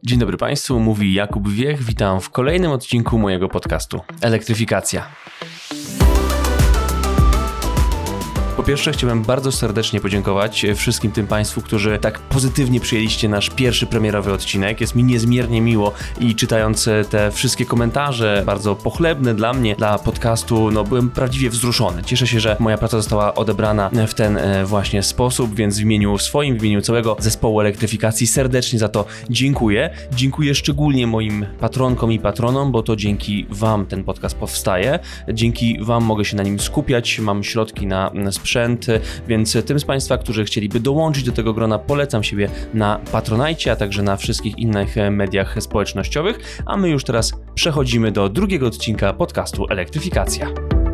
Dzień dobry Państwu, mówi Jakub Wiech, witam w kolejnym odcinku mojego podcastu Elektryfikacja. Po pierwsze chciałbym bardzo serdecznie podziękować wszystkim tym Państwu, którzy tak pozytywnie przyjęliście nasz pierwszy premierowy odcinek. Jest mi niezmiernie miło i czytając te wszystkie komentarze, bardzo pochlebne dla mnie, dla podcastu, byłem prawdziwie wzruszony. Cieszę się, że moja praca została odebrana w ten właśnie sposób, więc w imieniu całego zespołu elektryfikacji serdecznie za to dziękuję. Dziękuję szczególnie moim patronkom i patronom, bo to dzięki Wam ten podcast powstaje. Dzięki Wam mogę się na nim skupiać, mam środki na sprzęt, więc tym z Państwa, którzy chcieliby dołączyć do tego grona, polecam siebie na Patronite, a także na wszystkich innych mediach społecznościowych, a my już teraz przechodzimy do drugiego odcinka podcastu Elektryfikacja.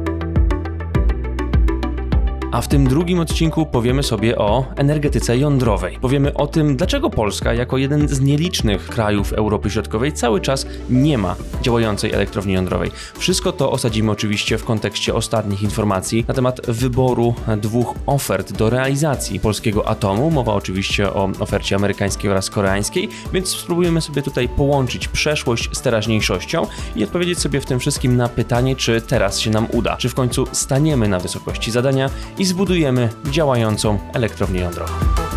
A w tym drugim odcinku powiemy sobie o energetyce jądrowej. Powiemy o tym, dlaczego Polska jako jeden z nielicznych krajów Europy Środkowej cały czas nie ma działającej elektrowni jądrowej. Wszystko to osadzimy oczywiście w kontekście ostatnich informacji na temat wyboru dwóch ofert do realizacji polskiego atomu. Mowa oczywiście o ofercie amerykańskiej oraz koreańskiej, więc spróbujemy sobie tutaj połączyć przeszłość z teraźniejszością i odpowiedzieć sobie w tym wszystkim na pytanie, czy teraz się nam uda, czy w końcu staniemy na wysokości zadania i zbudujemy działającą elektrownię jądrową.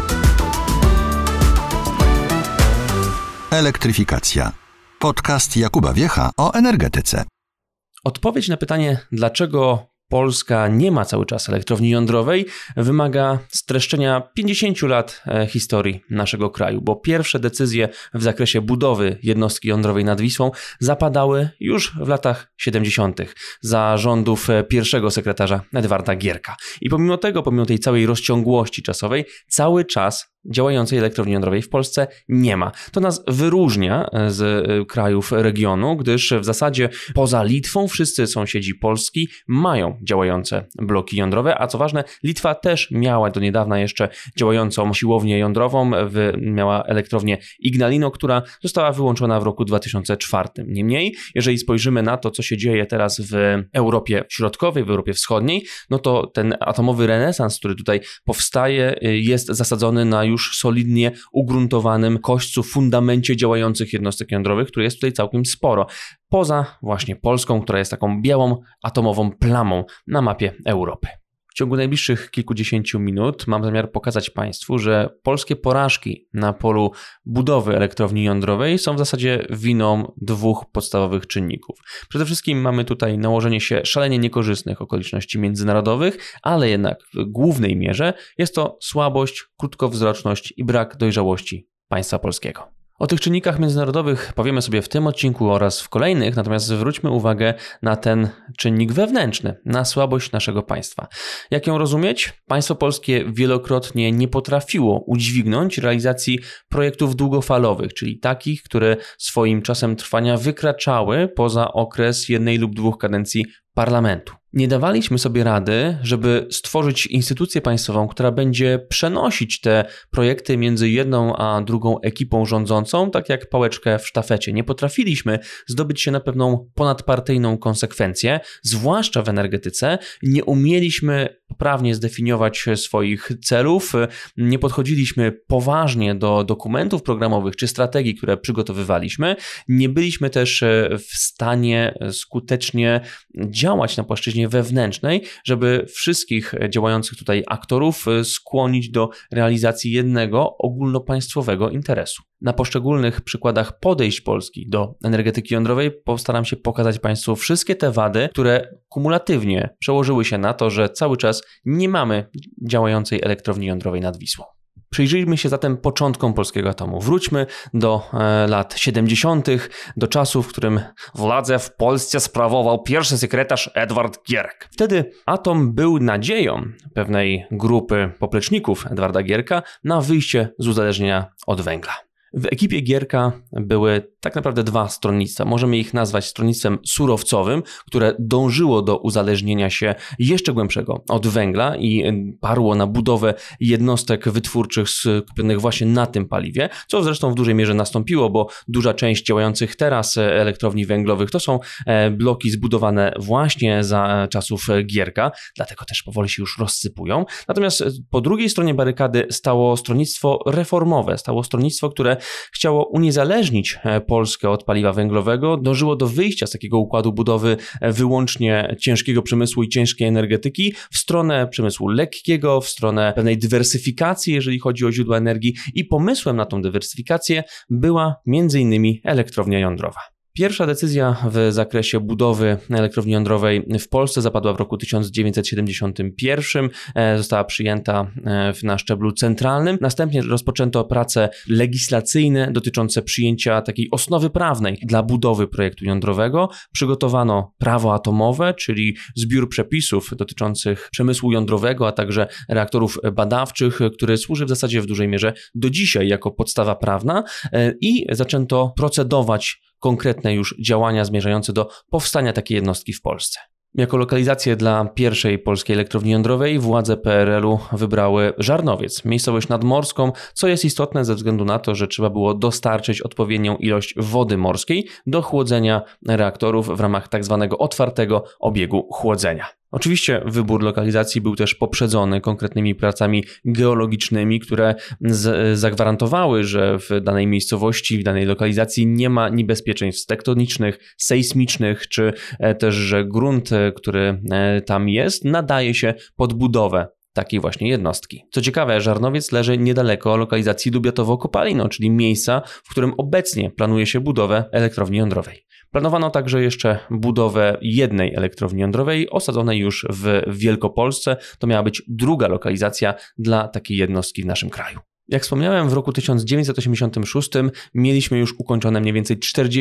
Elektryfikacja. Podcast Jakuba Wiecha o energetyce. Odpowiedź na pytanie, dlaczego Polska nie ma cały czas elektrowni jądrowej, wymaga streszczenia 50 lat historii naszego kraju, bo pierwsze decyzje w zakresie budowy jednostki jądrowej nad Wisłą zapadały już w latach 70. za rządów pierwszego sekretarza Edwarda Gierka. I pomimo tej całej rozciągłości czasowej, cały czas działającej elektrowni jądrowej w Polsce nie ma. To nas wyróżnia z krajów regionu, gdyż w zasadzie poza Litwą wszyscy sąsiedzi Polski mają działające bloki jądrowe, a co ważne, Litwa też miała do niedawna jeszcze działającą siłownię jądrową, miała elektrownię Ignalino, która została wyłączona w roku 2004. Niemniej, jeżeli spojrzymy na to, co się dzieje teraz w Europie Środkowej, w Europie Wschodniej, to ten atomowy renesans, który tutaj powstaje, jest zasadzony na już solidnie ugruntowanym kośćcu, fundamencie działających jednostek jądrowych, które jest tutaj całkiem sporo. Poza właśnie Polską, która jest taką białą atomową plamą na mapie Europy. W ciągu najbliższych kilkudziesięciu minut mam zamiar pokazać Państwu, że polskie porażki na polu budowy elektrowni jądrowej są w zasadzie winą dwóch podstawowych czynników. Przede wszystkim mamy tutaj nałożenie się szalenie niekorzystnych okoliczności międzynarodowych, ale jednak w głównej mierze jest to słabość, krótkowzroczność i brak dojrzałości państwa polskiego. O tych czynnikach międzynarodowych powiemy sobie w tym odcinku oraz w kolejnych, natomiast zwróćmy uwagę na ten czynnik wewnętrzny, na słabość naszego państwa. Jak ją rozumieć? Państwo polskie wielokrotnie nie potrafiło udźwignąć realizacji projektów długofalowych, czyli takich, które swoim czasem trwania wykraczały poza okres jednej lub dwóch kadencji parlamentu. Nie dawaliśmy sobie rady, żeby stworzyć instytucję państwową, która będzie przenosić te projekty między jedną a drugą ekipą rządzącą, tak jak pałeczkę w sztafecie. Nie potrafiliśmy zdobyć się na pewną ponadpartyjną konsekwencję, zwłaszcza w energetyce. Nie umieliśmy poprawnie zdefiniować swoich celów, nie podchodziliśmy poważnie do dokumentów programowych czy strategii, które przygotowywaliśmy. Nie byliśmy też w stanie skutecznie działać na płaszczyźnie wewnętrznej, żeby wszystkich działających tutaj aktorów skłonić do realizacji jednego ogólnopaństwowego interesu. Na poszczególnych przykładach podejść Polski do energetyki jądrowej postaram się pokazać Państwu wszystkie te wady, które kumulatywnie przełożyły się na to, że cały czas nie mamy działającej elektrowni jądrowej nad Wisłą. Przyjrzyjmy się zatem początkom polskiego atomu. Wróćmy do lat 70., do czasu, w którym władzę w Polsce sprawował pierwszy sekretarz Edward Gierek. Wtedy atom był nadzieją pewnej grupy popleczników Edwarda Gierka na wyjście z uzależnienia od węgla. W ekipie Gierka były tak naprawdę dwa stronnictwa. Możemy ich nazwać stronnictwem surowcowym, które dążyło do uzależnienia się jeszcze głębszego od węgla i parło na budowę jednostek wytwórczych skupionych właśnie na tym paliwie, co zresztą w dużej mierze nastąpiło, bo duża część działających teraz elektrowni węglowych to są bloki zbudowane właśnie za czasów Gierka, dlatego też powoli się już rozsypują. Natomiast po drugiej stronie barykady stało stronnictwo reformowe, stało stronnictwo, które chciało uniezależnić Polskę od paliwa węglowego, dążyło do wyjścia z takiego układu budowy wyłącznie ciężkiego przemysłu i ciężkiej energetyki w stronę przemysłu lekkiego, w stronę pewnej dywersyfikacji, jeżeli chodzi o źródła energii, i pomysłem na tą dywersyfikację była m.in. elektrownia jądrowa. Pierwsza decyzja w zakresie budowy elektrowni jądrowej w Polsce zapadła w roku 1971. Została przyjęta na szczeblu centralnym. Następnie rozpoczęto prace legislacyjne dotyczące przyjęcia takiej osnowy prawnej dla budowy projektu jądrowego. Przygotowano prawo atomowe, czyli zbiór przepisów dotyczących przemysłu jądrowego, a także reaktorów badawczych, który służy w zasadzie w dużej mierze do dzisiaj jako podstawa prawna, i zaczęto procedować konkretne już działania zmierzające do powstania takiej jednostki w Polsce. Jako lokalizację dla pierwszej polskiej elektrowni jądrowej władze PRL-u wybrały Żarnowiec, miejscowość nadmorską, co jest istotne ze względu na to, że trzeba było dostarczyć odpowiednią ilość wody morskiej do chłodzenia reaktorów w ramach tak zwanego otwartego obiegu chłodzenia. Oczywiście wybór lokalizacji był też poprzedzony konkretnymi pracami geologicznymi, które zagwarantowały, że w danej miejscowości, w danej lokalizacji nie ma niebezpieczeństw tektonicznych, sejsmicznych, czy też, że grunt, który tam jest, nadaje się pod budowę takiej właśnie jednostki. Co ciekawe, Żarnowiec leży niedaleko lokalizacji Lubiatowo-Kopalino, czyli miejsca, w którym obecnie planuje się budowę elektrowni jądrowej. Planowano także jeszcze budowę jednej elektrowni jądrowej osadzonej już w Wielkopolsce. To miała być druga lokalizacja dla takiej jednostki w naszym kraju. Jak wspomniałem, w roku 1986 mieliśmy już ukończone mniej więcej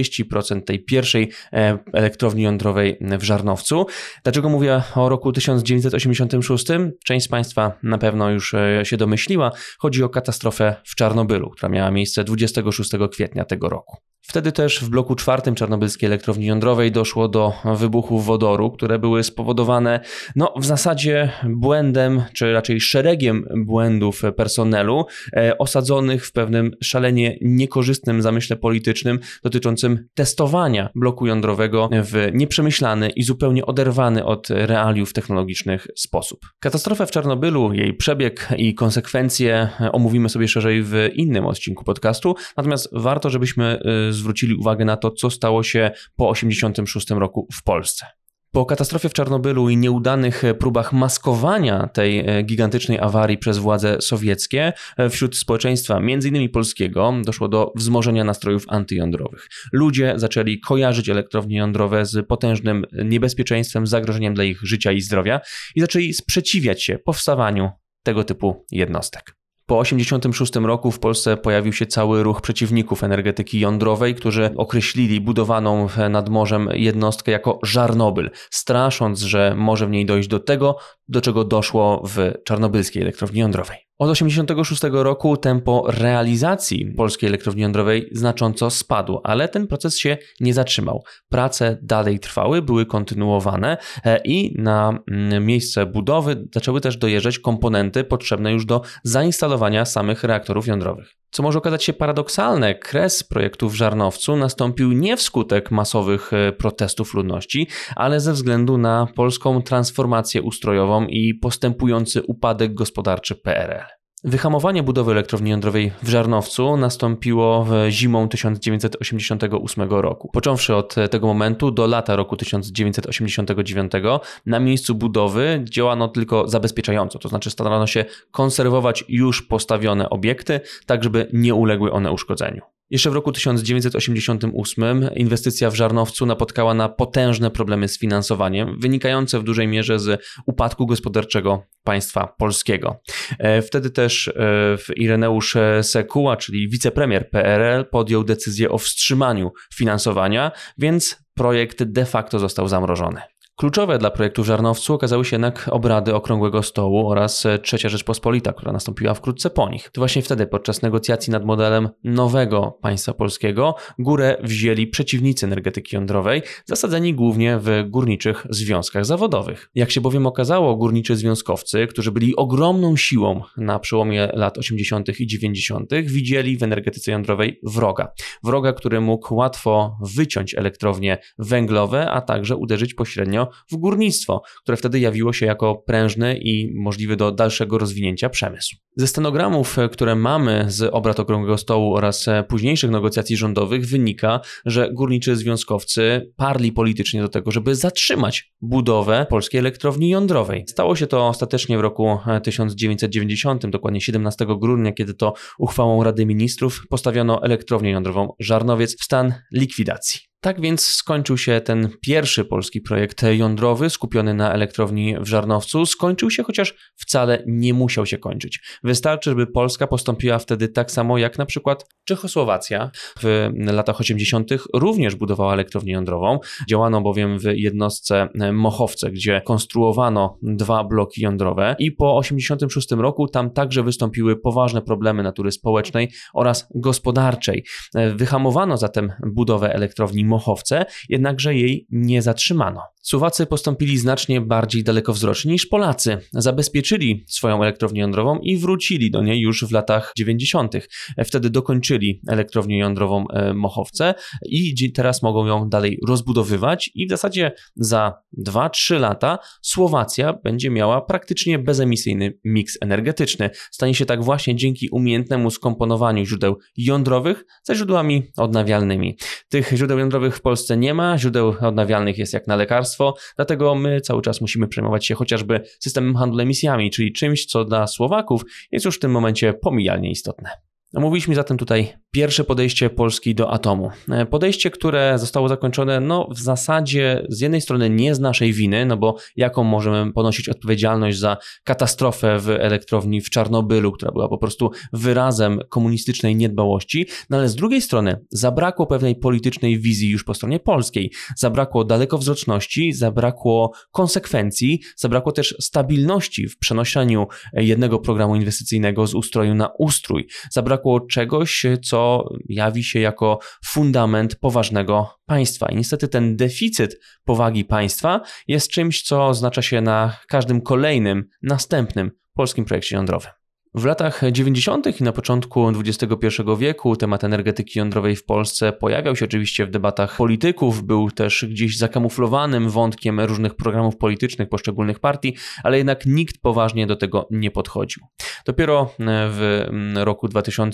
40% tej pierwszej elektrowni jądrowej w Żarnowcu. Dlaczego mówię o roku 1986? Część z Państwa na pewno już się domyśliła. Chodzi o katastrofę w Czarnobylu, która miała miejsce 26 kwietnia tego roku. Wtedy też w bloku 4 czarnobylskiej elektrowni jądrowej doszło do wybuchów wodoru, które były spowodowane w zasadzie błędem, czy raczej szeregiem błędów personelu osadzonych w pewnym szalenie niekorzystnym zamyśle politycznym dotyczącym testowania bloku jądrowego w nieprzemyślany i zupełnie oderwany od realiów technologicznych sposób. Katastrofę w Czarnobylu, jej przebieg i konsekwencje omówimy sobie szerzej w innym odcinku podcastu, natomiast warto, żebyśmy zwrócili uwagę na to, co stało się po 1986 roku w Polsce. Po katastrofie w Czarnobylu i nieudanych próbach maskowania tej gigantycznej awarii przez władze sowieckie wśród społeczeństwa, m.in. polskiego, doszło do wzmożenia nastrojów antyjądrowych. Ludzie zaczęli kojarzyć elektrownie jądrowe z potężnym niebezpieczeństwem, zagrożeniem dla ich życia i zdrowia i zaczęli sprzeciwiać się powstawaniu tego typu jednostek. Po 1986 roku w Polsce pojawił się cały ruch przeciwników energetyki jądrowej, którzy określili budowaną nad morzem jednostkę jako Żarnobyl, strasząc, że może w niej dojść do tego, do czego doszło w czarnobylskiej elektrowni jądrowej. Od 1986 roku tempo realizacji polskiej elektrowni jądrowej znacząco spadło, ale ten proces się nie zatrzymał. Prace dalej trwały, były kontynuowane i na miejsce budowy zaczęły też dojeżdżać komponenty potrzebne już do zainstalowania samych reaktorów jądrowych. Co może okazać się paradoksalne, kres projektu w Żarnowcu nastąpił nie wskutek masowych protestów ludności, ale ze względu na polską transformację ustrojową i postępujący upadek gospodarczy PRL. Wyhamowanie budowy elektrowni jądrowej w Żarnowcu nastąpiło zimą 1988 roku. Począwszy od tego momentu do lata roku 1989 na miejscu budowy działano tylko zabezpieczająco, to znaczy starano się konserwować już postawione obiekty, tak żeby nie uległy one uszkodzeniu. Jeszcze w roku 1988 inwestycja w Żarnowcu napotkała na potężne problemy z finansowaniem, wynikające w dużej mierze z upadku gospodarczego państwa polskiego. Wtedy też Ireneusz Sekuła, czyli wicepremier PRL, podjął decyzję o wstrzymaniu finansowania, więc projekt de facto został zamrożony. Kluczowe dla projektu w Żarnowcu okazały się jednak obrady Okrągłego Stołu oraz Trzecia Rzeczpospolita, która nastąpiła wkrótce po nich. To właśnie wtedy, podczas negocjacji nad modelem nowego państwa polskiego, górę wzięli przeciwnicy energetyki jądrowej, zasadzeni głównie w górniczych związkach zawodowych. Jak się bowiem okazało, górniczy związkowcy, którzy byli ogromną siłą na przełomie lat 80. i 90., widzieli w energetyce jądrowej wroga. Wroga, który mógł łatwo wyciąć elektrownie węglowe, a także uderzyć pośrednio bezpośrednio w górnictwo, które wtedy jawiło się jako prężny i możliwy do dalszego rozwinięcia przemysł. Ze stenogramów, które mamy z obrad Okrągłego Stołu oraz późniejszych negocjacji rządowych wynika, że górniczy związkowcy parli politycznie do tego, żeby zatrzymać budowę polskiej elektrowni jądrowej. Stało się to ostatecznie w roku 1990, dokładnie 17 grudnia, kiedy to uchwałą Rady Ministrów postawiono elektrownię jądrową Żarnowiec w stan likwidacji. Tak więc skończył się ten pierwszy polski projekt jądrowy skupiony na elektrowni w Żarnowcu. Skończył się, chociaż wcale nie musiał się kończyć. Wystarczy, żeby Polska postąpiła wtedy tak samo jak na przykład Czechosłowacja. W latach 80. również budowała elektrownię jądrową. Działano bowiem w jednostce Mochowce, gdzie konstruowano 2 bloki jądrowe i po 86 roku tam także wystąpiły poważne problemy natury społecznej oraz gospodarczej. Wyhamowano zatem budowę elektrowni Mochowce, jednakże jej nie zatrzymano. Słowacy postąpili znacznie bardziej dalekowzroczni niż Polacy. Zabezpieczyli swoją elektrownię jądrową i wrócili do niej już w latach 90. Wtedy dokończyli elektrownię jądrową Mochowce i teraz mogą ją dalej rozbudowywać i w zasadzie za 2-3 lata Słowacja będzie miała praktycznie bezemisyjny miks energetyczny. Stanie się tak właśnie dzięki umiejętnemu skomponowaniu źródeł jądrowych ze źródłami odnawialnymi. Tych źródeł jądrowych w Polsce nie ma, źródeł odnawialnych jest jak na lekarstwo, dlatego my cały czas musimy przejmować się chociażby systemem handlu emisjami, czyli czymś, co dla Słowaków jest już w tym momencie pomijalnie istotne. Omówiliśmy zatem tutaj pierwsze podejście Polski do atomu. Podejście, które zostało zakończone w zasadzie z jednej strony nie z naszej winy, bo jaką możemy ponosić odpowiedzialność za katastrofę w elektrowni w Czarnobylu, która była po prostu wyrazem komunistycznej niedbałości, ale z drugiej strony zabrakło pewnej politycznej wizji już po stronie polskiej, zabrakło dalekowzroczności, zabrakło konsekwencji, zabrakło też stabilności w przenoszeniu jednego programu inwestycyjnego z ustroju na ustrój, zabrakło czegoś, co jawi się jako fundament poważnego państwa. I niestety ten deficyt powagi państwa jest czymś, co oznacza się na każdym kolejnym, następnym polskim projekcie jądrowym. W latach 90. i na początku XXI wieku temat energetyki jądrowej w Polsce pojawiał się oczywiście w debatach polityków, był też gdzieś zakamuflowanym wątkiem różnych programów politycznych poszczególnych partii, ale jednak nikt poważnie do tego nie podchodził. Dopiero w roku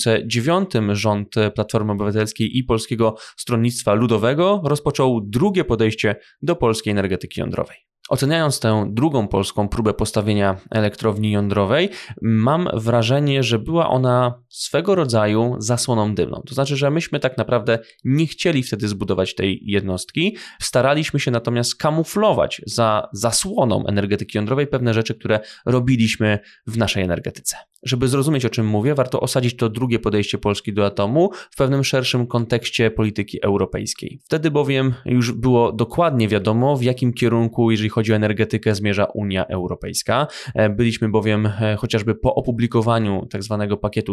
2009 rząd Platformy Obywatelskiej i Polskiego Stronnictwa Ludowego rozpoczął drugie podejście do polskiej energetyki jądrowej. Oceniając tę drugą polską próbę postawienia elektrowni jądrowej, mam wrażenie, że była ona swego rodzaju zasłoną dymną. To znaczy, że myśmy tak naprawdę nie chcieli wtedy zbudować tej jednostki, staraliśmy się natomiast kamuflować za zasłoną energetyki jądrowej pewne rzeczy, które robiliśmy w naszej energetyce. Żeby zrozumieć, o czym mówię, warto osadzić to drugie podejście Polski do atomu w pewnym szerszym kontekście polityki europejskiej. Wtedy bowiem już było dokładnie wiadomo, w jakim kierunku, jeżeli chodzi o energetykę, zmierza Unia Europejska. Byliśmy bowiem chociażby po opublikowaniu tak zwanego pakietu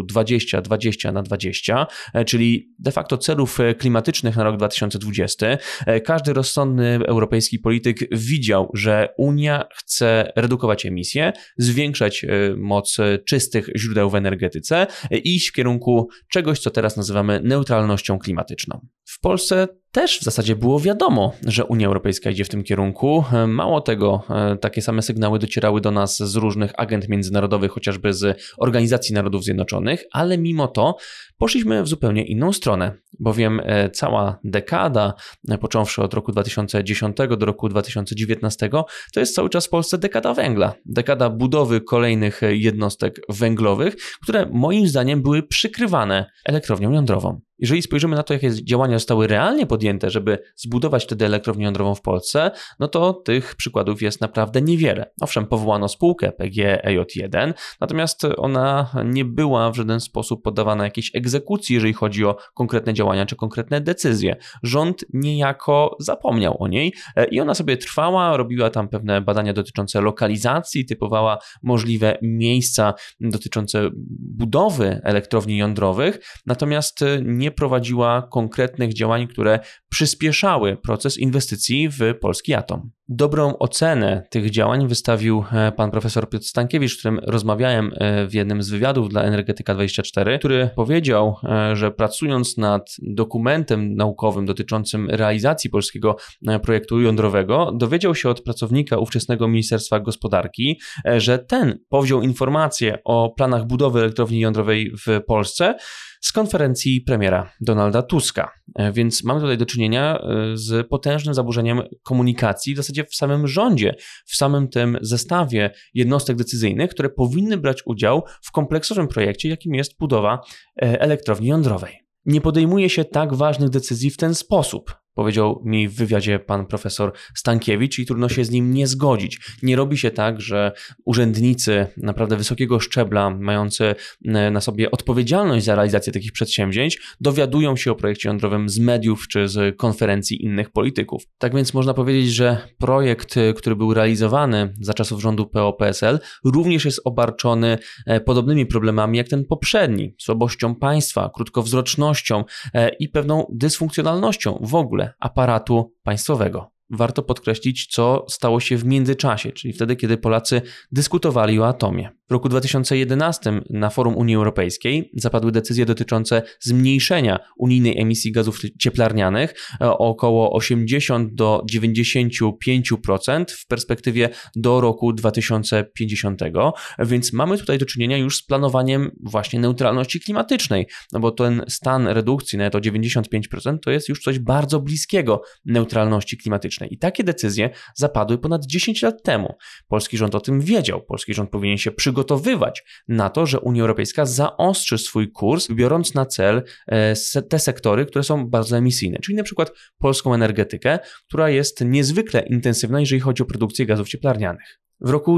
20-20-20, czyli de facto celów klimatycznych na rok 2020. Każdy rozsądny europejski polityk widział, że Unia chce redukować emisje, zwiększać moc czystych źródeł w energetyce i iść w kierunku czegoś, co teraz nazywamy neutralnością klimatyczną. W Polsce też w zasadzie było wiadomo, że Unia Europejska idzie w tym kierunku. Mało tego, takie same sygnały docierały do nas z różnych agend międzynarodowych, chociażby z Organizacji Narodów Zjednoczonych, ale mimo to poszliśmy w zupełnie inną stronę, bowiem cała dekada, począwszy od roku 2010 do roku 2019, to jest cały czas w Polsce dekada węgla. Dekada budowy kolejnych jednostek węglowych, które moim zdaniem były przykrywane elektrownią jądrową. Jeżeli spojrzymy na to, jakie działania zostały realnie podjęte, żeby zbudować wtedy elektrownię jądrową w Polsce, to tych przykładów jest naprawdę niewiele. Owszem, powołano spółkę PGE EJ1, natomiast ona nie była w żaden sposób poddawana jakiejś egzekucji, jeżeli chodzi o konkretne działania czy konkretne decyzje. Rząd niejako zapomniał o niej i ona sobie trwała, robiła tam pewne badania dotyczące lokalizacji, typowała możliwe miejsca dotyczące budowy elektrowni jądrowych, natomiast nie prowadziła konkretnych działań, które przyspieszały proces inwestycji w polski atom. Dobrą ocenę tych działań wystawił pan profesor Piotr Stankiewicz, z którym rozmawiałem w jednym z wywiadów dla Energetyka24, który powiedział, że pracując nad dokumentem naukowym dotyczącym realizacji polskiego projektu jądrowego, dowiedział się od pracownika ówczesnego Ministerstwa Gospodarki, że ten powziął informacje o planach budowy elektrowni jądrowej w Polsce z konferencji premiera Donalda Tuska. Więc mamy tutaj do czynienia z potężnym zaburzeniem komunikacji w zasadzie w samym rządzie, w samym tym zestawie jednostek decyzyjnych, które powinny brać udział w kompleksowym projekcie, jakim jest budowa elektrowni jądrowej. Nie podejmuje się tak ważnych decyzji w ten sposób, powiedział mi w wywiadzie pan profesor Stankiewicz i trudno się z nim nie zgodzić. Nie robi się tak, że urzędnicy naprawdę wysokiego szczebla, mający na sobie odpowiedzialność za realizację takich przedsięwzięć, dowiadują się o projekcie jądrowym z mediów czy z konferencji innych polityków. Tak więc można powiedzieć, że projekt, który był realizowany za czasów rządu PO-PSL, również jest obarczony podobnymi problemami jak ten poprzedni. Słabością państwa, krótkowzrocznością i pewną dysfunkcjonalnością w ogóle aparatu państwowego. Warto podkreślić, co stało się w międzyczasie, czyli wtedy, kiedy Polacy dyskutowali o atomie. W roku 2011 na forum Unii Europejskiej zapadły decyzje dotyczące zmniejszenia unijnej emisji gazów cieplarnianych o około 80 do 95% w perspektywie do roku 2050, więc mamy tutaj do czynienia już z planowaniem właśnie neutralności klimatycznej, no bo ten stan redukcji nawet o 95% to jest już coś bardzo bliskiego neutralności klimatycznej. I takie decyzje zapadły ponad 10 lat temu. Polski rząd o tym wiedział. Polski rząd powinien się przygotowywać na to, że Unia Europejska zaostrzy swój kurs, biorąc na cel te sektory, które są bardzo emisyjne, czyli na przykład polską energetykę, która jest niezwykle intensywna, jeżeli chodzi o produkcję gazów cieplarnianych. W roku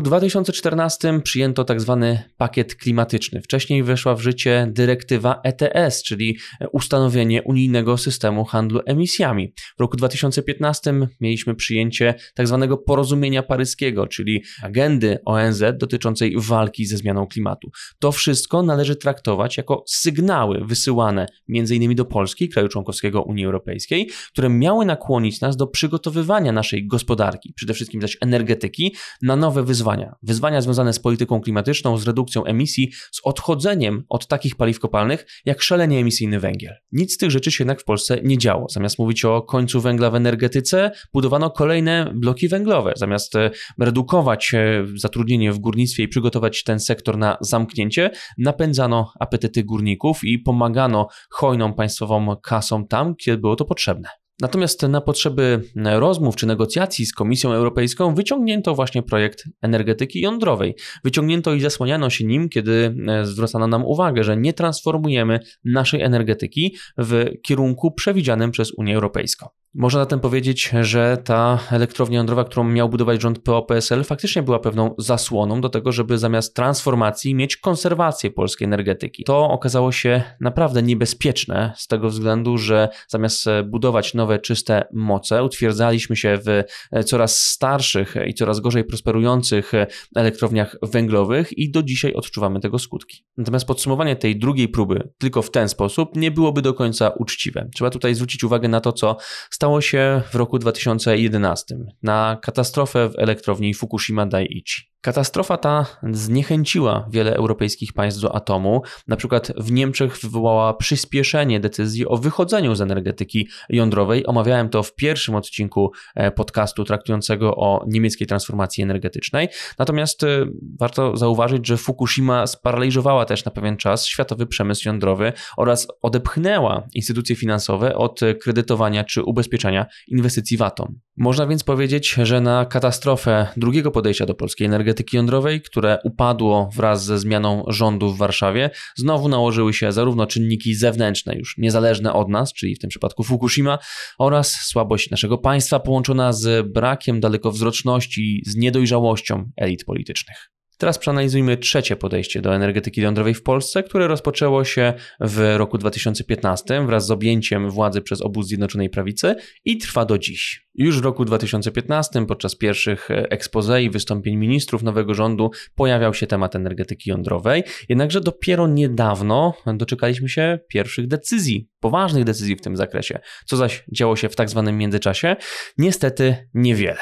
2014 przyjęto tzw. pakiet klimatyczny. Wcześniej weszła w życie dyrektywa ETS, czyli ustanowienie unijnego systemu handlu emisjami. W roku 2015 mieliśmy przyjęcie tzw. porozumienia paryskiego, czyli agendy ONZ dotyczącej walki ze zmianą klimatu. To wszystko należy traktować jako sygnały wysyłane m.in. do Polski, kraju członkowskiego Unii Europejskiej, które miały nakłonić nas do przygotowywania naszej gospodarki, przede wszystkim zaś energetyki, na nowe wyzwania. Wyzwania związane z polityką klimatyczną, z redukcją emisji, z odchodzeniem od takich paliw kopalnych jak szalenie emisyjny węgiel. Nic z tych rzeczy się jednak w Polsce nie działo. Zamiast mówić o końcu węgla w energetyce, budowano kolejne bloki węglowe. Zamiast redukować zatrudnienie w górnictwie i przygotować ten sektor na zamknięcie, napędzano apetyty górników i pomagano hojną państwową kasą tam, kiedy było to potrzebne. Natomiast na potrzeby rozmów czy negocjacji z Komisją Europejską wyciągnięto właśnie projekt energetyki jądrowej. Wyciągnięto i zasłaniano się nim, kiedy zwracano nam uwagę, że nie transformujemy naszej energetyki w kierunku przewidzianym przez Unię Europejską. Można zatem powiedzieć, że ta elektrownia jądrowa, którą miał budować rząd PO-PSL, faktycznie była pewną zasłoną do tego, żeby zamiast transformacji mieć konserwację polskiej energetyki. To okazało się naprawdę niebezpieczne z tego względu, że zamiast budować nowe, czyste moce, utwierdzaliśmy się w coraz starszych i coraz gorzej prosperujących elektrowniach węglowych i do dzisiaj odczuwamy tego skutki. Natomiast podsumowanie tej drugiej próby tylko w ten sposób nie byłoby do końca uczciwe. Trzeba tutaj zwrócić uwagę na to, co stało się w roku 2011, na katastrofę w elektrowni Fukushima Daiichi. Katastrofa ta zniechęciła wiele europejskich państw do atomu. Na przykład w Niemczech wywołała przyspieszenie decyzji o wychodzeniu z energetyki jądrowej. Omawiałem to w pierwszym odcinku podcastu traktującego o niemieckiej transformacji energetycznej. Natomiast warto zauważyć, że Fukushima sparaliżowała też na pewien czas światowy przemysł jądrowy oraz odepchnęła instytucje finansowe od kredytowania czy ubezpieczania inwestycji w atom. Można więc powiedzieć, że na katastrofę drugiego podejścia do polskiej energetyki jądrowej, które upadło wraz ze zmianą rządu w Warszawie, znowu nałożyły się zarówno czynniki zewnętrzne, już niezależne od nas, czyli w tym przypadku Fukushima, oraz słabość naszego państwa połączona z brakiem dalekowzroczności, z niedojrzałością elit politycznych. Teraz przeanalizujmy trzecie podejście do energetyki jądrowej w Polsce, które rozpoczęło się w roku 2015 wraz z objęciem władzy przez obóz Zjednoczonej Prawicy i trwa do dziś. Już w roku 2015 podczas pierwszych expose i wystąpień ministrów nowego rządu pojawiał się temat energetyki jądrowej, jednakże dopiero niedawno doczekaliśmy się pierwszych decyzji, poważnych decyzji w tym zakresie. Co zaś działo się w tak zwanym międzyczasie? Niestety niewiele.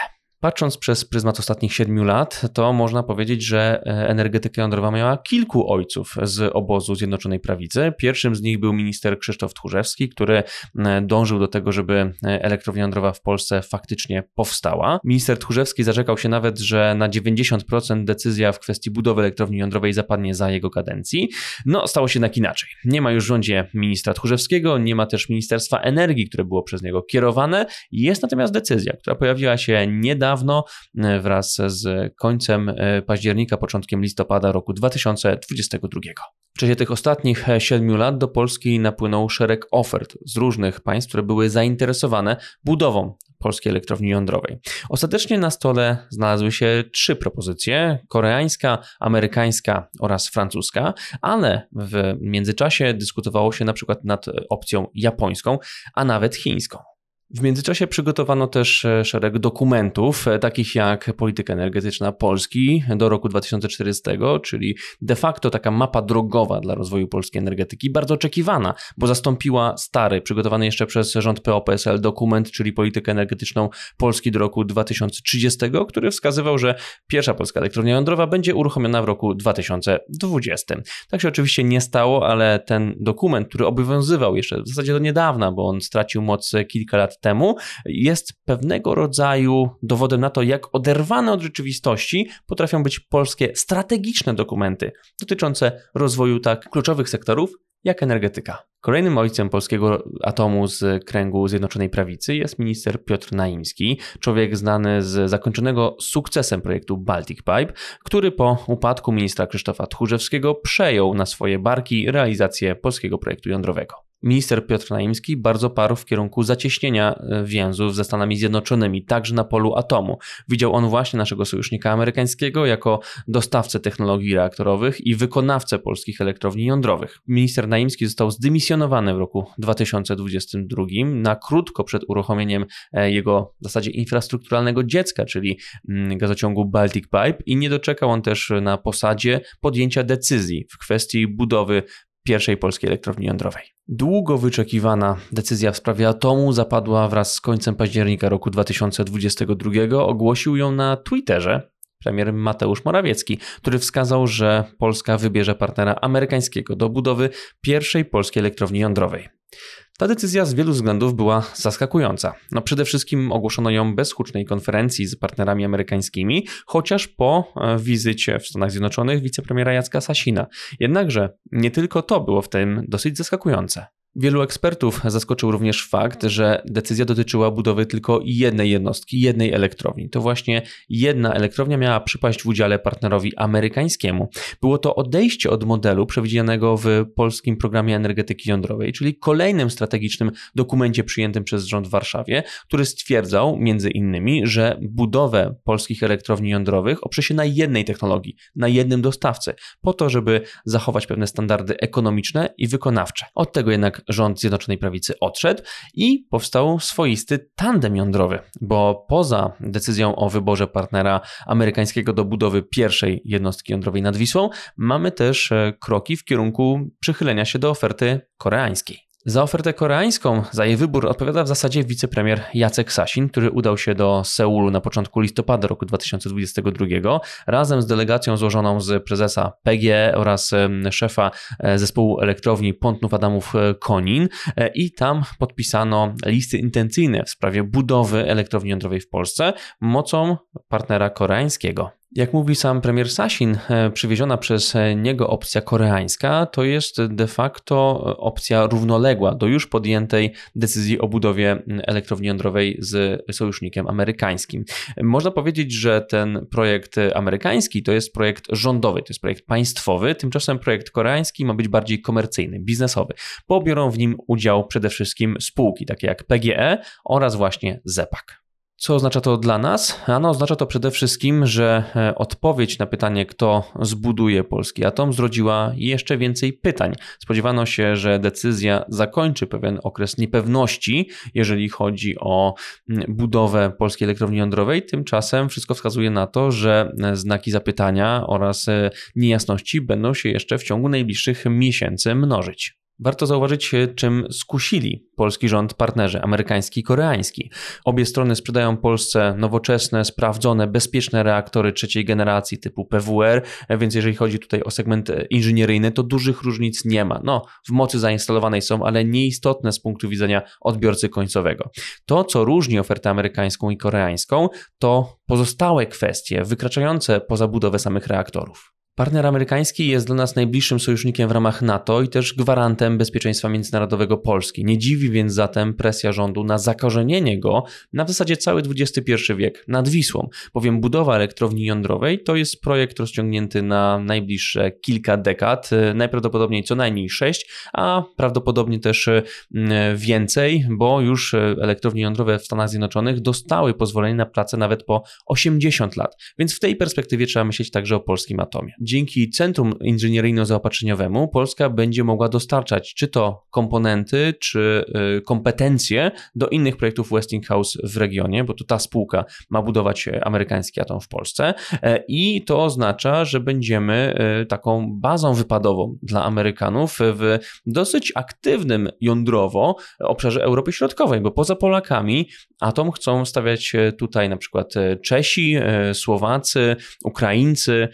Patrząc przez pryzmat ostatnich 7 lat, to można powiedzieć, że energetyka jądrowa miała kilku ojców z obozu Zjednoczonej Prawicy. Pierwszym z nich był minister Krzysztof Tchórzewski, który dążył do tego, żeby elektrownia jądrowa w Polsce faktycznie powstała. Minister Tchórzewski zarzekał się nawet, że na 90% decyzja w kwestii budowy elektrowni jądrowej zapadnie za jego kadencji. No, stało się jednak inaczej. Nie ma już w rządzie ministra Tchórzewskiego, nie ma też Ministerstwa Energii, które było przez niego kierowane. Jest natomiast decyzja, która pojawiła się niedawno, wraz z końcem października, początkiem listopada roku 2022. W czasie tych ostatnich 7 lat do Polski napłynął szereg ofert z różnych państw, które były zainteresowane budową polskiej elektrowni jądrowej. Ostatecznie na stole znalazły się 3 propozycje: koreańska, amerykańska oraz francuska, ale w międzyczasie dyskutowało się na przykład nad opcją japońską, a nawet chińską. W międzyczasie przygotowano też szereg dokumentów, takich jak polityka energetyczna Polski do roku 2040, czyli de facto taka mapa drogowa dla rozwoju polskiej energetyki, bardzo oczekiwana, bo zastąpiła stary, przygotowany jeszcze przez rząd PO-PSL dokument, czyli politykę energetyczną Polski do roku 2030, który wskazywał, że pierwsza polska elektrownia jądrowa będzie uruchomiona w roku 2020. Tak się oczywiście nie stało, ale ten dokument, który obowiązywał jeszcze w zasadzie do niedawna, bo on stracił moc kilka lat temu, jest pewnego rodzaju dowodem na to, jak oderwane od rzeczywistości potrafią być polskie strategiczne dokumenty dotyczące rozwoju tak kluczowych sektorów jak energetyka. Kolejnym ojcem polskiego atomu z kręgu Zjednoczonej Prawicy jest minister Piotr Naimski, człowiek znany z zakończonego sukcesem projektu Baltic Pipe, który po upadku ministra Krzysztofa Tchórzewskiego przejął na swoje barki realizację polskiego projektu jądrowego. Minister Piotr Naimski bardzo parł w kierunku zacieśnienia więzów ze Stanami Zjednoczonymi, także na polu atomu. Widział on właśnie naszego sojusznika amerykańskiego jako dostawcę technologii reaktorowych i wykonawcę polskich elektrowni jądrowych. Minister Naimski został zdymisjonowany w roku 2022, na krótko przed uruchomieniem jego w zasadzie infrastrukturalnego dziecka, czyli gazociągu Baltic Pipe, i nie doczekał on też na posadzie podjęcia decyzji w kwestii budowy pierwszej polskiej elektrowni jądrowej. Długo wyczekiwana decyzja w sprawie atomu zapadła wraz z końcem października roku 2022. Ogłosił ją na Twitterze premier Mateusz Morawiecki, który wskazał, że Polska wybierze partnera amerykańskiego do budowy pierwszej polskiej elektrowni jądrowej. Ta decyzja z wielu względów była zaskakująca. Przede wszystkim ogłoszono ją bez hucznej konferencji z partnerami amerykańskimi, chociaż po wizycie w Stanach Zjednoczonych wicepremiera Jacka Sasina. Jednakże nie tylko to było w tym dosyć zaskakujące. Wielu ekspertów zaskoczył również fakt, że decyzja dotyczyła budowy tylko jednej jednostki, jednej elektrowni. To właśnie jedna elektrownia miała przypaść w udziale partnerowi amerykańskiemu. Było to odejście od modelu przewidzianego w polskim programie energetyki jądrowej, czyli kolejnym strategicznym dokumencie przyjętym przez rząd w Warszawie, który stwierdzał między innymi, że budowę polskich elektrowni jądrowych oprze się na jednej technologii, na jednym dostawcy, po to, żeby zachować pewne standardy ekonomiczne i wykonawcze. Od tego jednak rząd Zjednoczonej Prawicy odszedł i powstał swoisty tandem jądrowy, bo poza decyzją o wyborze partnera amerykańskiego do budowy pierwszej jednostki jądrowej nad Wisłą, mamy też kroki w kierunku przychylenia się do oferty koreańskiej. Za ofertę koreańską, za jej wybór odpowiada w zasadzie wicepremier Jacek Sasin, który udał się do Seulu na początku listopada roku 2022 razem z delegacją złożoną z prezesa PGE oraz szefa zespołu elektrowni Pątnów-Adamów-Konin, i tam podpisano listy intencyjne w sprawie budowy elektrowni jądrowej w Polsce mocą partnera koreańskiego. Jak mówi sam premier Sasin, przywieziona przez niego opcja koreańska to jest de facto opcja równoległa do już podjętej decyzji o budowie elektrowni jądrowej z sojusznikiem amerykańskim. Można powiedzieć, że ten projekt amerykański to jest projekt rządowy, to jest projekt państwowy, tymczasem projekt koreański ma być bardziej komercyjny, biznesowy, bo biorą w nim udział przede wszystkim spółki takie jak PGE oraz właśnie ZE-PAK. Co oznacza to dla nas? Ano oznacza to przede wszystkim, że odpowiedź na pytanie, kto zbuduje polski atom, zrodziła jeszcze więcej pytań. Spodziewano się, że decyzja zakończy pewien okres niepewności, jeżeli chodzi o budowę polskiej elektrowni jądrowej. Tymczasem wszystko wskazuje na to, że znaki zapytania oraz niejasności będą się jeszcze w ciągu najbliższych miesięcy mnożyć. Warto zauważyć, czym skusili polski rząd partnerzy amerykański i koreański. Obie strony sprzedają Polsce nowoczesne, sprawdzone, bezpieczne reaktory trzeciej generacji typu PWR, więc jeżeli chodzi tutaj o segment inżynieryjny, to dużych różnic nie ma. W mocy zainstalowanej są, ale nieistotne z punktu widzenia odbiorcy końcowego. To, co różni ofertę amerykańską i koreańską, to pozostałe kwestie wykraczające poza budowę samych reaktorów. Partner amerykański jest dla nas najbliższym sojusznikiem w ramach NATO i też gwarantem bezpieczeństwa międzynarodowego Polski. Nie dziwi więc zatem presja rządu na zakorzenienie go na w zasadzie cały XXI wiek nad Wisłą, bowiem budowa elektrowni jądrowej to jest projekt rozciągnięty na najbliższe kilka dekad, najprawdopodobniej co najmniej 6, a prawdopodobnie też więcej, bo już elektrownie jądrowe w Stanach Zjednoczonych dostały pozwolenie na pracę nawet po 80 lat, więc w tej perspektywie trzeba myśleć także o polskim atomie. Dzięki Centrum Inżynieryjno-Zaopatrzeniowemu Polska będzie mogła dostarczać czy to komponenty, czy kompetencje do innych projektów Westinghouse w regionie, bo to ta spółka ma budować amerykański atom w Polsce i to oznacza, że będziemy taką bazą wypadową dla Amerykanów w dosyć aktywnym jądrowo obszarze Europy Środkowej, bo poza Polakami atom chcą stawiać tutaj na przykład Czesi, Słowacy, Ukraińcy,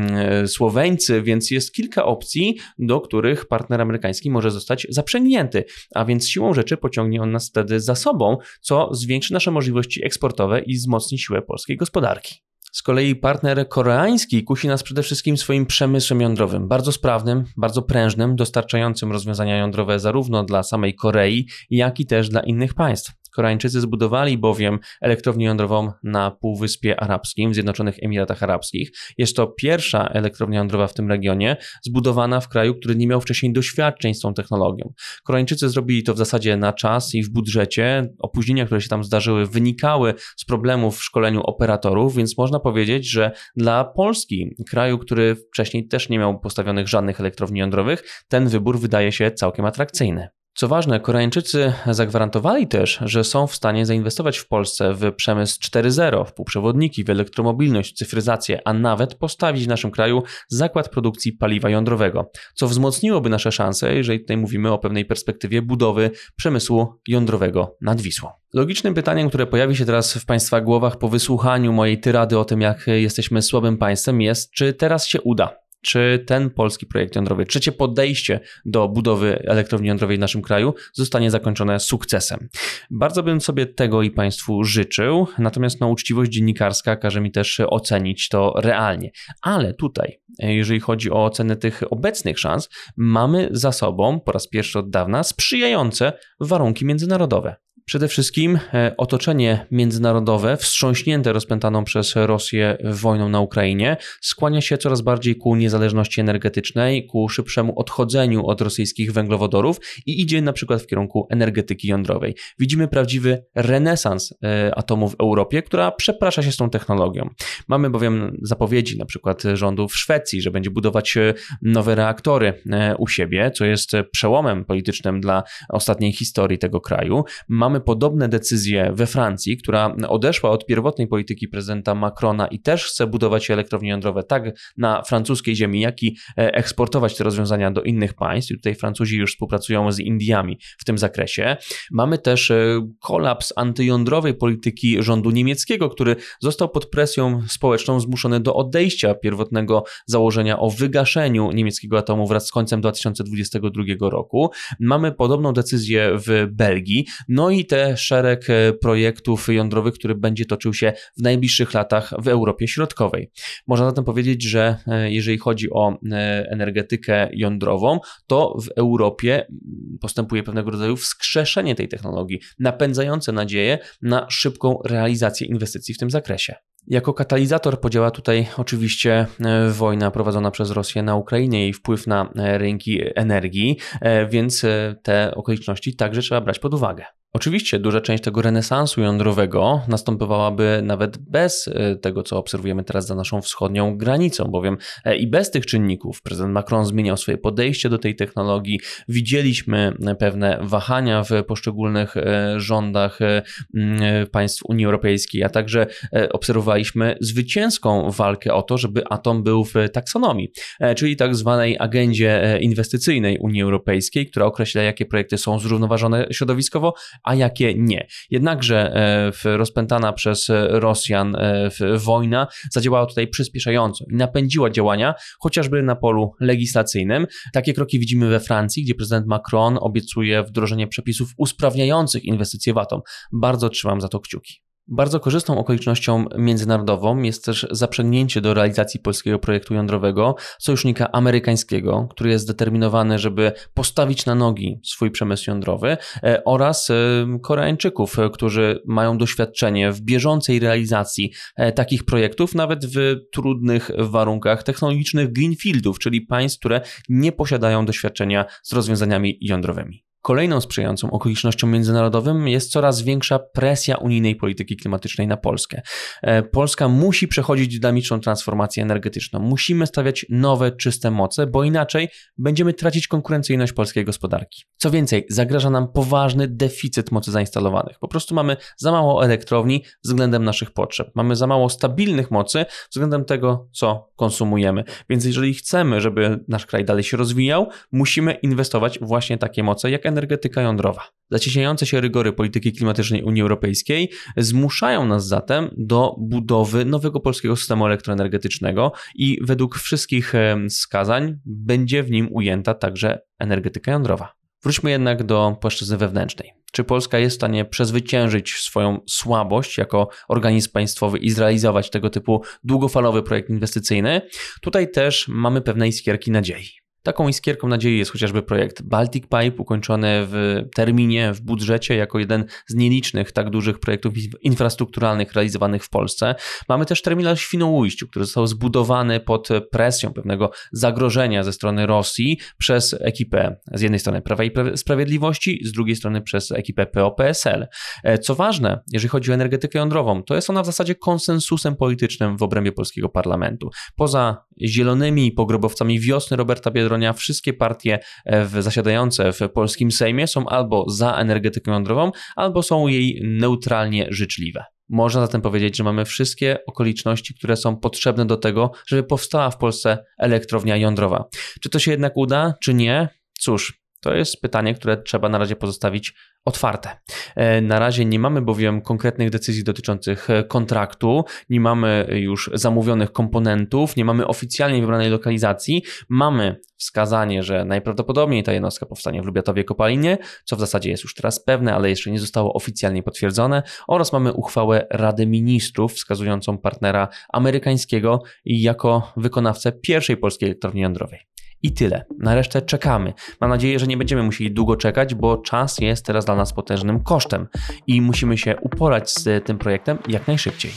Słoweńcy, więc jest kilka opcji, do których partner amerykański może zostać zaprzęgnięty, a więc siłą rzeczy pociągnie on nas wtedy za sobą, co zwiększy nasze możliwości eksportowe i wzmocni siłę polskiej gospodarki. Z kolei partner koreański kusi nas przede wszystkim swoim przemysłem jądrowym, bardzo sprawnym, bardzo prężnym, dostarczającym rozwiązania jądrowe zarówno dla samej Korei, jak i też dla innych państw. Koreańczycy zbudowali bowiem elektrownię jądrową na Półwyspie Arabskim w Zjednoczonych Emiratach Arabskich. Jest to pierwsza elektrownia jądrowa w tym regionie, zbudowana w kraju, który nie miał wcześniej doświadczeń z tą technologią. Koreańczycy zrobili to w zasadzie na czas i w budżecie. Opóźnienia, które się tam zdarzyły, wynikały z problemów w szkoleniu operatorów, więc można powiedzieć, że dla Polski, kraju, który wcześniej też nie miał postawionych żadnych elektrowni jądrowych, ten wybór wydaje się całkiem atrakcyjny. Co ważne, Koreańczycy zagwarantowali też, że są w stanie zainwestować w Polsce w przemysł 4.0, w półprzewodniki, w elektromobilność, cyfryzację, a nawet postawić w naszym kraju zakład produkcji paliwa jądrowego, co wzmocniłoby nasze szanse, jeżeli tutaj mówimy o pewnej perspektywie budowy przemysłu jądrowego nad Wisłą. Logicznym pytaniem, które pojawi się teraz w Państwa głowach po wysłuchaniu mojej tyrady o tym, jak jesteśmy słabym państwem, jest, czy teraz się uda? Czy ten polski projekt jądrowy, trzecie podejście do budowy elektrowni jądrowej w naszym kraju zostanie zakończone sukcesem? Bardzo bym sobie tego i Państwu życzył, natomiast uczciwość dziennikarska każe mi też ocenić to realnie. Ale tutaj, jeżeli chodzi o ocenę tych obecnych szans, mamy za sobą po raz pierwszy od dawna sprzyjające warunki międzynarodowe. Przede wszystkim otoczenie międzynarodowe, wstrząśnięte rozpętaną przez Rosję wojną na Ukrainie, skłania się coraz bardziej ku niezależności energetycznej, ku szybszemu odchodzeniu od rosyjskich węglowodorów i idzie na przykład w kierunku energetyki jądrowej. Widzimy prawdziwy renesans atomu w Europie, która przeprasza się z tą technologią. Mamy bowiem zapowiedzi na przykład rządu w Szwecji, że będzie budować nowe reaktory u siebie, co jest przełomem politycznym dla ostatniej historii tego kraju. Mamy podobne decyzje we Francji, która odeszła od pierwotnej polityki prezydenta Macrona i też chce budować elektrownie jądrowe tak na francuskiej ziemi, jak i eksportować te rozwiązania do innych państw. I tutaj Francuzi już współpracują z Indiami w tym zakresie. Mamy też kolaps antyjądrowej polityki rządu niemieckiego, który został pod presją społeczną zmuszony do odejścia pierwotnego założenia o wygaszeniu niemieckiego atomu wraz z końcem 2022 roku. Mamy podobną decyzję w Belgii. No i te szereg projektów jądrowych, który będzie toczył się w najbliższych latach w Europie Środkowej. Można zatem powiedzieć, że jeżeli chodzi o energetykę jądrową, to w Europie postępuje pewnego rodzaju wskrzeszenie tej technologii, napędzające nadzieję na szybką realizację inwestycji w tym zakresie. Jako katalizator podziała tutaj oczywiście wojna prowadzona przez Rosję na Ukrainie i wpływ na rynki energii, więc te okoliczności także trzeba brać pod uwagę. Oczywiście duża część tego renesansu jądrowego następowałaby nawet bez tego, co obserwujemy teraz za naszą wschodnią granicą, bowiem i bez tych czynników prezydent Macron zmieniał swoje podejście do tej technologii. Widzieliśmy pewne wahania w poszczególnych rządach państw Unii Europejskiej, a także obserwowaliśmy zwycięską walkę o to, żeby atom był w taksonomii, czyli tak zwanej agendzie inwestycyjnej Unii Europejskiej, która określa, jakie projekty są zrównoważone środowiskowo, a jakie nie. Jednakże rozpętana przez Rosjan wojna zadziałała tutaj przyspieszająco i napędziła działania chociażby na polu legislacyjnym. Takie kroki widzimy we Francji, gdzie prezydent Macron obiecuje wdrożenie przepisów usprawniających inwestycje w atom. Bardzo trzymam za to kciuki. Bardzo korzystną okolicznością międzynarodową jest też zaprzęgnięcie do realizacji polskiego projektu jądrowego sojusznika amerykańskiego, który jest zdeterminowany, żeby postawić na nogi swój przemysł jądrowy, oraz Koreańczyków, którzy mają doświadczenie w bieżącej realizacji takich projektów, nawet w trudnych warunkach technologicznych greenfieldów, czyli państw, które nie posiadają doświadczenia z rozwiązaniami jądrowymi. Kolejną sprzyjającą okolicznością międzynarodową jest coraz większa presja unijnej polityki klimatycznej na Polskę. Polska musi przechodzić dynamiczną transformację energetyczną. Musimy stawiać nowe, czyste moce, bo inaczej będziemy tracić konkurencyjność polskiej gospodarki. Co więcej, zagraża nam poważny deficyt mocy zainstalowanych. Po prostu mamy za mało elektrowni względem naszych potrzeb. Mamy za mało stabilnych mocy względem tego, co konsumujemy. Więc jeżeli chcemy, żeby nasz kraj dalej się rozwijał, musimy inwestować właśnie takie moce, jak energetyka jądrowa. Zacieśniające się rygory polityki klimatycznej Unii Europejskiej zmuszają nas zatem do budowy nowego polskiego systemu elektroenergetycznego i według wszystkich wskazań będzie w nim ujęta także energetyka jądrowa. Wróćmy jednak do płaszczyzny wewnętrznej. Czy Polska jest w stanie przezwyciężyć swoją słabość jako organizm państwowy i zrealizować tego typu długofalowy projekt inwestycyjny? Tutaj też mamy pewne iskierki nadziei. Taką iskierką nadziei jest chociażby projekt Baltic Pipe, ukończony w terminie, w budżecie, jako jeden z nielicznych tak dużych projektów infrastrukturalnych realizowanych w Polsce. Mamy też terminal w Świnoujściu, który został zbudowany pod presją pewnego zagrożenia ze strony Rosji przez ekipę z jednej strony Prawa i Sprawiedliwości, z drugiej strony przez ekipę PO-PSL. Co ważne, jeżeli chodzi o energetykę jądrową, to jest ona w zasadzie konsensusem politycznym w obrębie polskiego parlamentu. Poza zielonymi i pogrobowcami wiosny Roberta Biedronia, wszystkie partie zasiadające w polskim Sejmie są albo za energetyką jądrową, albo są jej neutralnie życzliwe. Można zatem powiedzieć, że mamy wszystkie okoliczności, które są potrzebne do tego, żeby powstała w Polsce elektrownia jądrowa. Czy to się jednak uda, czy nie? Cóż, to jest pytanie, które trzeba na razie pozostawić otwarte. Na razie nie mamy bowiem konkretnych decyzji dotyczących kontraktu, nie mamy już zamówionych komponentów, nie mamy oficjalnie wybranej lokalizacji. Mamy wskazanie, że najprawdopodobniej ta jednostka powstanie w Lubiatowie Kopalinie, co w zasadzie jest już teraz pewne, ale jeszcze nie zostało oficjalnie potwierdzone, oraz mamy uchwałę Rady Ministrów wskazującą partnera amerykańskiego jako wykonawcę pierwszej polskiej elektrowni jądrowej. I tyle. Na resztę czekamy. Mam nadzieję, że nie będziemy musieli długo czekać, bo czas jest teraz dla nas potężnym kosztem i musimy się uporać z tym projektem jak najszybciej.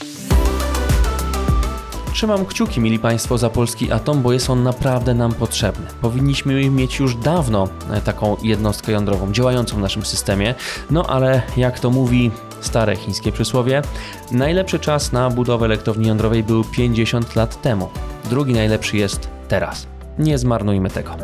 Trzymam kciuki, mili Państwo, za polski atom, bo jest on naprawdę nam potrzebny. Powinniśmy mieć już dawno taką jednostkę jądrową działającą w naszym systemie, no ale jak to mówi stare chińskie przysłowie, najlepszy czas na budowę elektrowni jądrowej był 50 lat temu. Drugi najlepszy jest teraz. Nie zmarnujmy tego.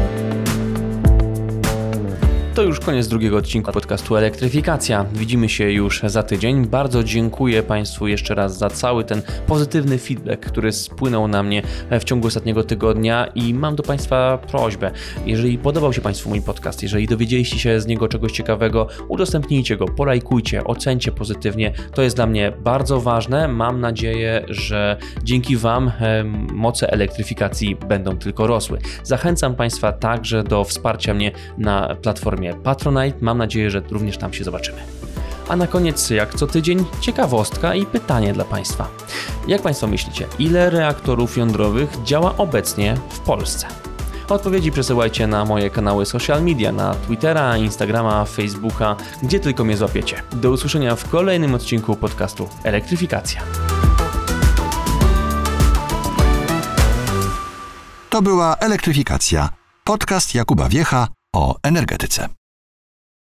To już koniec drugiego odcinka podcastu Elektryfikacja. Widzimy się już za tydzień. Bardzo dziękuję Państwu jeszcze raz za cały ten pozytywny feedback, który spłynął na mnie w ciągu ostatniego tygodnia i mam do Państwa prośbę. Jeżeli podobał się Państwu mój podcast, jeżeli dowiedzieliście się z niego czegoś ciekawego, udostępnijcie go, polajkujcie, ocencie pozytywnie. To jest dla mnie bardzo ważne. Mam nadzieję, że dzięki Wam moce elektryfikacji będą tylko rosły. Zachęcam Państwa także do wsparcia mnie na platformie Patronite. Mam nadzieję, że również tam się zobaczymy. A na koniec, jak co tydzień, ciekawostka i pytanie dla Państwa. Jak Państwo myślicie, ile reaktorów jądrowych działa obecnie w Polsce? Odpowiedzi przesyłajcie na moje kanały social media, na Twittera, Instagrama, Facebooka, gdzie tylko mnie złapiecie. Do usłyszenia w kolejnym odcinku podcastu Elektryfikacja. To była Elektryfikacja, podcast Jakuba Wiecha o energetyce.